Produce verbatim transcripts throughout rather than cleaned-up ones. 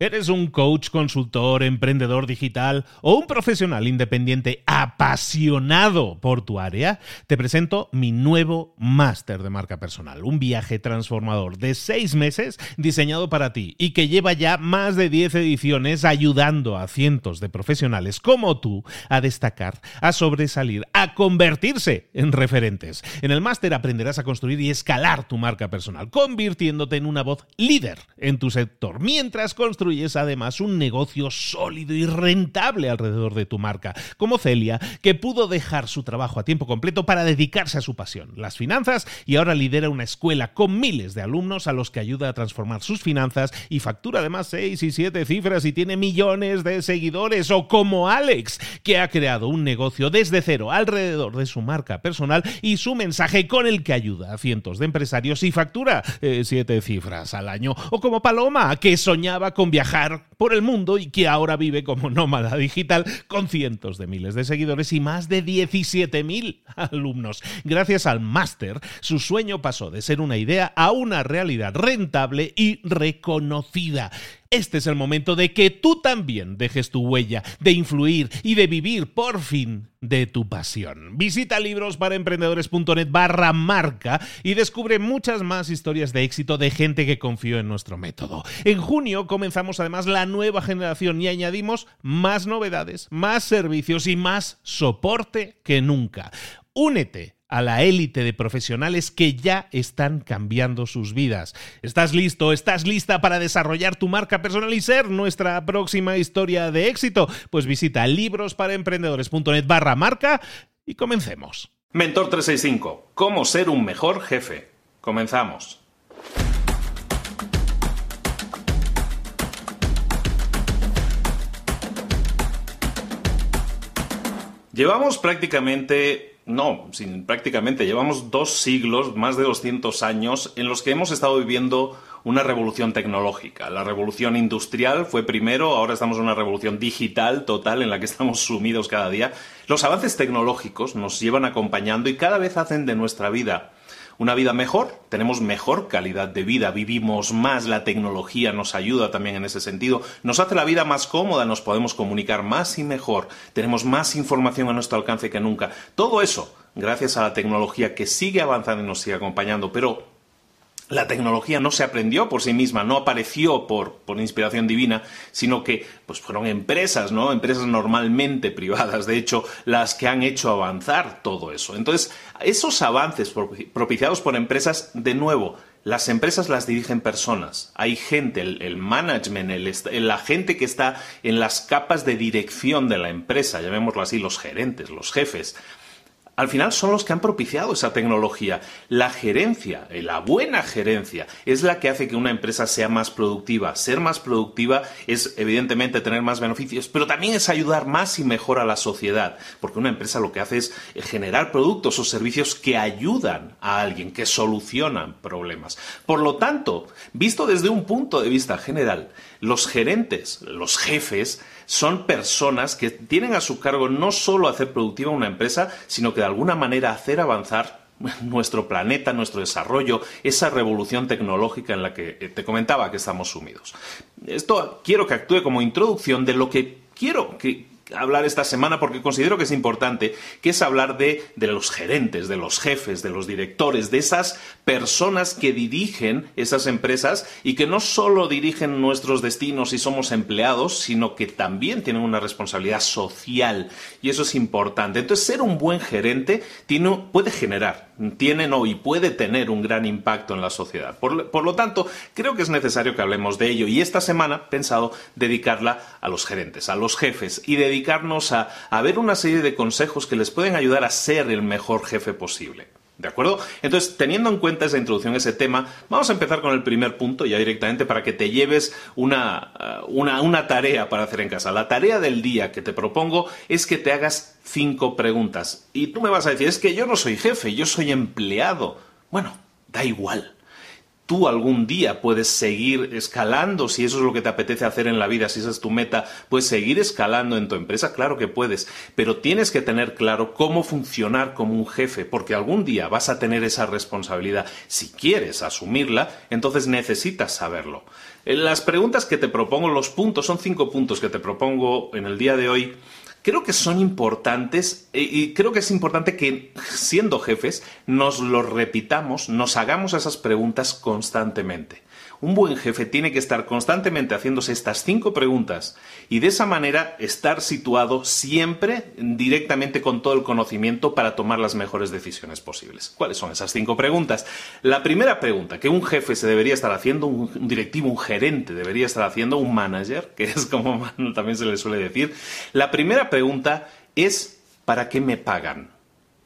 ¿Eres un coach, consultor, emprendedor digital o un profesional independiente apasionado por tu área? Te presento mi nuevo máster de marca personal, un viaje transformador de seis meses diseñado para ti y que lleva ya más de diez ediciones ayudando a cientos de profesionales como tú a destacar, a sobresalir, a convertirse en referentes. En el máster aprenderás a construir y escalar tu marca personal, convirtiéndote en una voz líder en tu sector, mientras construyes además un negocio sólido y rentable alrededor de tu marca, como Celia, que pudo dejar su trabajo a tiempo completo para dedicarse a su pasión, las finanzas, y ahora lidera una escuela con miles de alumnos a los que ayuda a transformar sus finanzas y factura además seis y siete cifras y tiene millones de seguidores. O como Alex, que ha creado un negocio desde cero alrededor de su marca personal y su mensaje, con el que ayuda a cientos de empresarios y factura eh, siete cifras al año. O como Paloma, que soñaba con viajar por el mundo y que ahora vive como nómada digital con cientos de miles de seguidores y más de diecisiete mil alumnos. Gracias al máster, su sueño pasó de ser una idea a una realidad rentable y reconocida. Este es el momento de que tú también dejes tu huella, de influir y de vivir por fin de tu pasión. Visita librosparaemprendedores.net barra marca y descubre muchas más historias de éxito de gente que confió en nuestro método. En junio comenzamos además la nueva generación y añadimos más novedades, más servicios y más soporte que nunca. Únete a la élite de profesionales que ya están cambiando sus vidas. ¿Estás listo? ¿Estás lista para desarrollar tu marca personal y ser nuestra próxima historia de éxito? Pues visita librosparaemprendedores.net barra marca y comencemos. Mentor trescientos sesenta y cinco. ¿Cómo ser un mejor jefe? Comenzamos. Llevamos prácticamente... No, sin, prácticamente llevamos dos siglos, más de doscientos años, en los que hemos estado viviendo una revolución tecnológica. La revolución industrial fue primero, ahora estamos en una revolución digital total en la que estamos sumidos cada día. Los avances tecnológicos nos llevan acompañando y cada vez hacen de nuestra vida una vida mejor, tenemos mejor calidad de vida, vivimos más, la tecnología nos ayuda también en ese sentido, nos hace la vida más cómoda, nos podemos comunicar más y mejor, tenemos más información a nuestro alcance que nunca. Todo eso gracias a la tecnología que sigue avanzando y nos sigue acompañando, pero la tecnología no se aprendió por sí misma, no apareció por, por inspiración divina, sino que pues fueron empresas, ¿no? Empresas normalmente privadas, de hecho, las que han hecho avanzar todo eso. Entonces, esos avances propiciados por empresas, de nuevo, las empresas las dirigen personas. Hay gente, el, el management, el, la gente que está en las capas de dirección de la empresa, llamémoslo así, los gerentes, los jefes. Al final son los que han propiciado esa tecnología. La gerencia, la buena gerencia, es la que hace que una empresa sea más productiva. Ser más productiva es, evidentemente, tener más beneficios, pero también es ayudar más y mejor a la sociedad, porque una empresa lo que hace es generar productos o servicios que ayudan a alguien, que solucionan problemas. Por lo tanto, visto desde un punto de vista general, los gerentes, los jefes, son personas que tienen a su cargo no solo hacer productiva una empresa, sino que de alguna manera hacer avanzar nuestro planeta, nuestro desarrollo, esa revolución tecnológica en la que te comentaba que estamos sumidos. Esto quiero que actúe como introducción de lo que quiero que hablar esta semana, porque considero que es importante, que es hablar de, de los gerentes, de los jefes, de los directores, de esas personas que dirigen esas empresas y que no solo dirigen nuestros destinos y somos empleados, sino que también tienen una responsabilidad social, y eso es importante. Entonces, ser un buen gerente tiene, puede generar, tiene no, y puede tener un gran impacto en la sociedad. Por, por lo tanto, creo que es necesario que hablemos de ello, y esta semana he pensado dedicarla a los gerentes, a los jefes, y dedicarnos a, a ver una serie de consejos que les pueden ayudar a ser el mejor jefe posible. ¿De acuerdo? Entonces, teniendo en cuenta esa introducción, ese tema, vamos a empezar con el primer punto ya directamente para que te lleves una, una, una tarea para hacer en casa. La tarea del día que te propongo es que te hagas cinco preguntas. Y tú me vas a decir, es que yo no soy jefe, yo soy empleado. Bueno, da igual. Tú algún día puedes seguir escalando, si eso es lo que te apetece hacer en la vida, si esa es tu meta, puedes seguir escalando en tu empresa, claro que puedes, pero tienes que tener claro cómo funcionar como un jefe, porque algún día vas a tener esa responsabilidad. Si quieres asumirla, entonces necesitas saberlo. Las preguntas que te propongo, los puntos, son cinco puntos que te propongo en el día de hoy. Creo que son importantes y creo que es importante que, siendo jefes, nos los repitamos, nos hagamos esas preguntas constantemente. Un buen jefe tiene que estar constantemente haciéndose estas cinco preguntas y de esa manera estar situado siempre directamente con todo el conocimiento para tomar las mejores decisiones posibles. ¿Cuáles son esas cinco preguntas? La primera pregunta que un jefe se debería estar haciendo, un directivo, un gerente debería estar haciendo, un manager, que es como también se le suele decir, la primera pregunta es ¿para qué me pagan?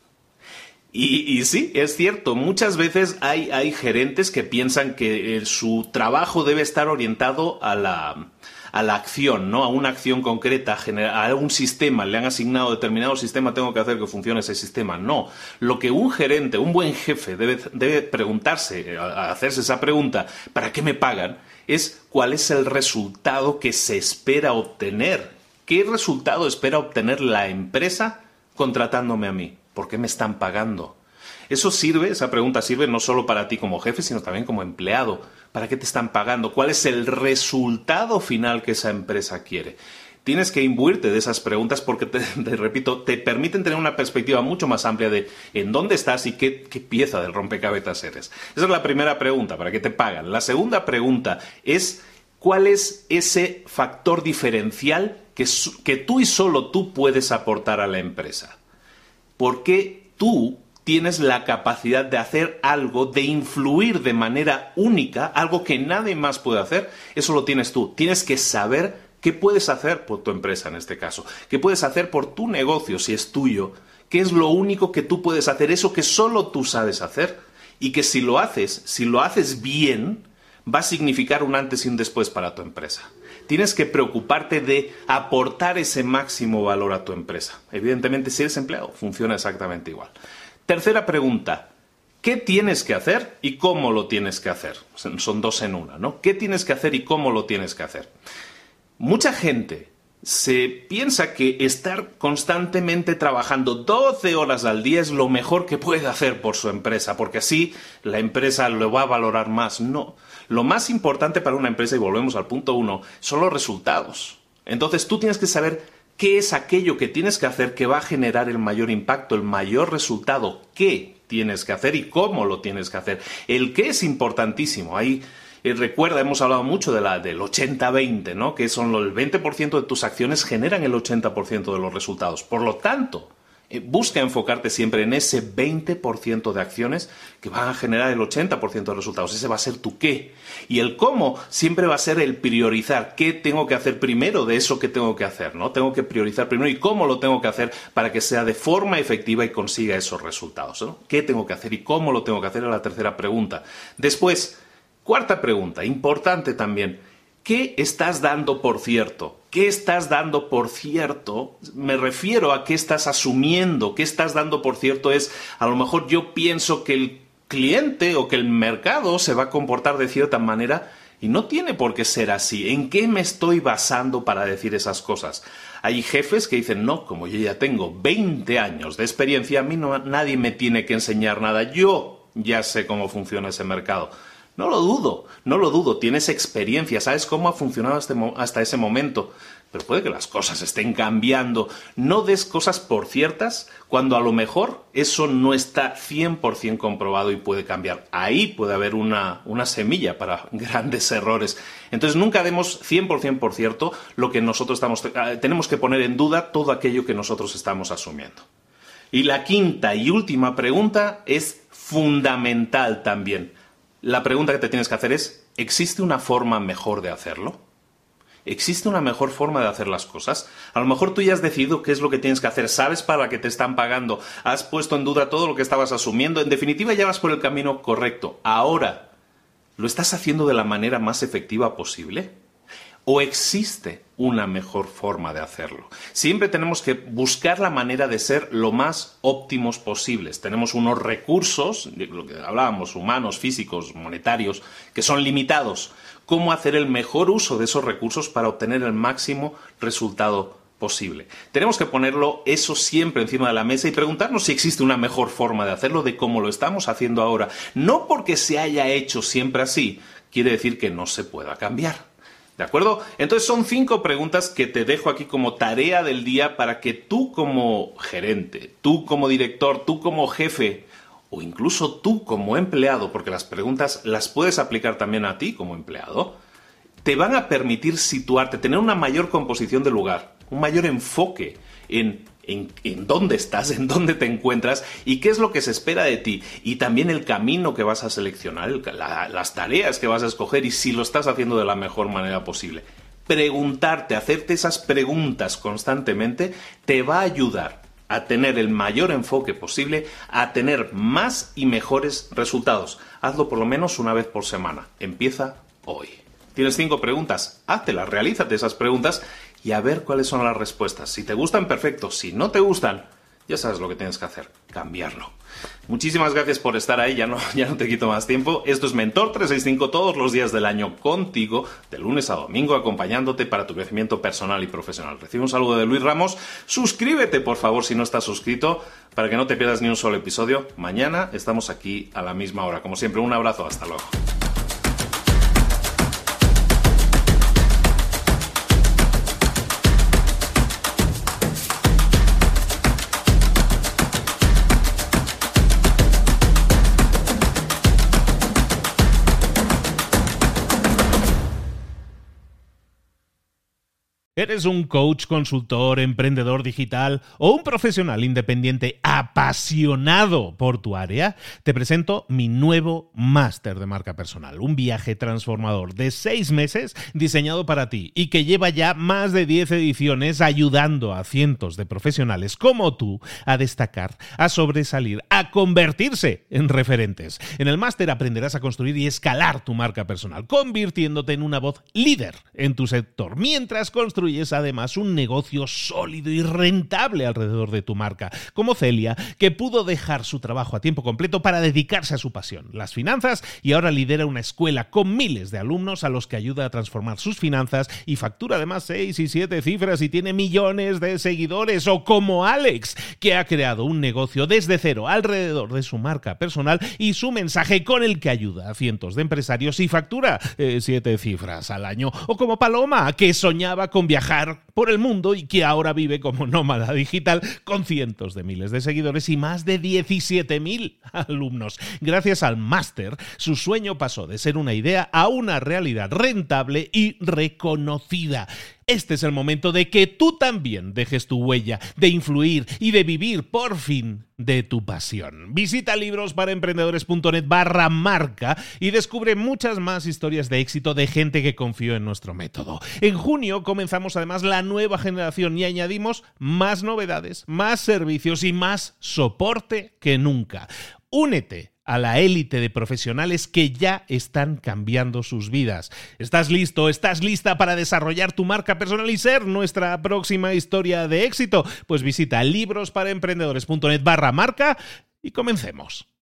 Y, y sí, es cierto, muchas veces hay, hay gerentes que piensan que eh, su trabajo debe estar orientado a la, a la acción, ¿no? A una acción concreta, a, generar, a un sistema, le han asignado determinado sistema, tengo que hacer que funcione ese sistema. No, lo que un gerente, un buen jefe debe, debe preguntarse, a hacerse esa pregunta, ¿para qué me pagan? Es cuál es el resultado que se espera obtener. ¿Qué resultado espera obtener la empresa contratándome a mí? ¿Por qué me están pagando? Eso sirve, esa pregunta sirve no solo para ti como jefe, sino también como empleado. ¿Para qué te están pagando? ¿Cuál es el resultado final que esa empresa quiere? Tienes que imbuirte de esas preguntas porque, te, te repito, te permiten tener una perspectiva mucho más amplia de en dónde estás y qué, qué pieza del rompecabezas eres. Esa es la primera pregunta, ¿para qué te pagan? La segunda pregunta es ¿cuál es ese factor diferencial que, que tú y solo tú puedes aportar a la empresa? ¿Por qué tú tienes la capacidad de hacer algo, de influir de manera única, algo que nadie más puede hacer? Eso lo tienes tú. Tienes que saber qué puedes hacer por tu empresa en este caso, qué puedes hacer por tu negocio si es tuyo, qué es lo único que tú puedes hacer, eso que solo tú sabes hacer y que si lo haces, si lo haces bien, va a significar un antes y un después para tu empresa. Tienes que preocuparte de aportar ese máximo valor a tu empresa. Evidentemente, si eres empleado, funciona exactamente igual. Tercera pregunta. ¿Qué tienes que hacer y cómo lo tienes que hacer? Son dos en una, ¿no? ¿Qué tienes que hacer y cómo lo tienes que hacer? Mucha gente se piensa que estar constantemente trabajando doce horas al día es lo mejor que puede hacer por su empresa, porque así la empresa lo va a valorar más. No. Lo más importante para una empresa, y volvemos al punto uno, son los resultados. Entonces tú tienes que saber qué es aquello que tienes que hacer que va a generar el mayor impacto, el mayor resultado. ¿Qué tienes que hacer y cómo lo tienes que hacer? El qué es importantísimo. Ahí eh, recuerda, hemos hablado mucho de la, del ochenta veinte, ¿no? Que son el veinte por ciento de tus acciones generan el ochenta por ciento de los resultados. Por lo tanto, Eh, busca enfocarte siempre en ese veinte por ciento de acciones que van a generar el ochenta por ciento de resultados. Ese va a ser tu qué. Y el cómo siempre va a ser el priorizar. ¿Qué tengo que hacer primero de eso que tengo que hacer? ¿No? Tengo que priorizar primero y cómo lo tengo que hacer para que sea de forma efectiva y consiga esos resultados, ¿no? ¿Qué tengo que hacer y cómo lo tengo que hacer? Es la tercera pregunta. Después, cuarta pregunta, importante también. ¿Qué estás dando por cierto? ¿Qué estás dando por cierto? Me refiero a qué estás asumiendo. ¿Qué estás dando por cierto? Es, a lo mejor yo pienso que el cliente o que el mercado se va a comportar de cierta manera y no tiene por qué ser así. ¿En qué me estoy basando para decir esas cosas? Hay jefes que dicen, no, como yo ya tengo veinte años de experiencia, a mí no, nadie me tiene que enseñar nada. Yo ya sé cómo funciona ese mercado. No lo dudo, no lo dudo, tienes experiencia, sabes cómo ha funcionado hasta, hasta ese momento, pero puede que las cosas estén cambiando. No des cosas por ciertas cuando a lo mejor eso no está cien por ciento comprobado y puede cambiar. Ahí puede haber una, una semilla para grandes errores. Entonces nunca demos cien por ciento por cierto lo que nosotros estamos, tenemos que poner en duda todo aquello que nosotros estamos asumiendo. Y la quinta y última pregunta es fundamental también. La pregunta que te tienes que hacer es, ¿existe una forma mejor de hacerlo? ¿Existe una mejor forma de hacer las cosas? A lo mejor tú ya has decidido qué es lo que tienes que hacer, sabes para qué te están pagando, has puesto en duda todo lo que estabas asumiendo, en definitiva ya vas por el camino correcto. Ahora, ¿lo estás haciendo de la manera más efectiva posible? ¿O existe una mejor forma de hacerlo? Siempre tenemos que buscar la manera de ser lo más óptimos posibles. Tenemos unos recursos, lo que hablábamos, humanos, físicos, monetarios, que son limitados. ¿Cómo hacer el mejor uso de esos recursos para obtener el máximo resultado posible? Tenemos que ponerlo eso siempre encima de la mesa y preguntarnos si existe una mejor forma de hacerlo de cómo lo estamos haciendo ahora. No porque se haya hecho siempre así. quiere decir que no se pueda cambiar. ¿De acuerdo? Entonces son cinco preguntas que te dejo aquí como tarea del día para que tú como gerente, tú como director, tú como jefe o incluso tú como empleado, porque las preguntas las puedes aplicar también a ti como empleado, te van a permitir situarte, tener una mayor composición de lugar, un mayor enfoque en En, en dónde estás, en dónde te encuentras y qué es lo que se espera de ti y también el camino que vas a seleccionar, el, la, las tareas que vas a escoger y si lo estás haciendo de la mejor manera posible. Preguntarte, hacerte esas preguntas constantemente te va a ayudar a tener el mayor enfoque posible, a tener más y mejores resultados. Hazlo por lo menos una vez por semana. Empieza hoy. Tienes cinco preguntas, háztelas, realízate esas preguntas y a ver cuáles son las respuestas. Si te gustan, perfecto. Si no te gustan, ya sabes lo que tienes que hacer, cambiarlo. Muchísimas gracias por estar ahí, ya no, ya no te quito más tiempo. Esto es Mentor trescientos sesenta y cinco todos los días del año contigo, de lunes a domingo, acompañándote para tu crecimiento personal y profesional. Recibe un saludo de Luis Ramos. Suscríbete, por favor, si no estás suscrito, para que no te pierdas ni un solo episodio. Mañana estamos aquí a la misma hora. Como siempre, un abrazo. Hasta luego. ¿Eres un coach, consultor, emprendedor digital o un profesional independiente apasionado por tu área? Te presento mi nuevo máster de marca personal, un viaje transformador de seis meses diseñado para ti y que lleva ya más de diez ediciones ayudando a cientos de profesionales como tú a destacar, a sobresalir, a convertirse en referentes. En el máster aprenderás a construir y escalar tu marca personal, convirtiéndote en una voz líder en tu sector, mientras construyes es además un negocio sólido y rentable alrededor de tu marca, como Celia, que pudo dejar su trabajo a tiempo completo para dedicarse a su pasión, las finanzas, y ahora lidera una escuela con miles de alumnos a los que ayuda a transformar sus finanzas y factura además seis y siete cifras y tiene millones de seguidores, o como Alex, que ha creado un negocio desde cero alrededor de su marca personal y su mensaje con el que ayuda a cientos de empresarios y factura eh, siete cifras al año, o como Paloma, que soñaba con viajar viajar por el mundo y que ahora vive como nómada digital con cientos de miles de seguidores y más de diecisiete mil alumnos. Gracias al máster, su sueño pasó de ser una idea a una realidad rentable y reconocida. Este es el momento de que tú también dejes tu huella, de influir y de vivir por fin de tu pasión. Visita librosparaemprendedores.net barra marca y descubre muchas más historias de éxito de gente que confió en nuestro método. En junio comenzamos además la nueva generación y añadimos más novedades, más servicios y más soporte que nunca. Únete a la élite de profesionales que ya están cambiando sus vidas. ¿Estás listo? ¿Estás lista para desarrollar tu marca personal y ser nuestra próxima historia de éxito? Pues visita librosparaemprendedores.net barra marca y comencemos.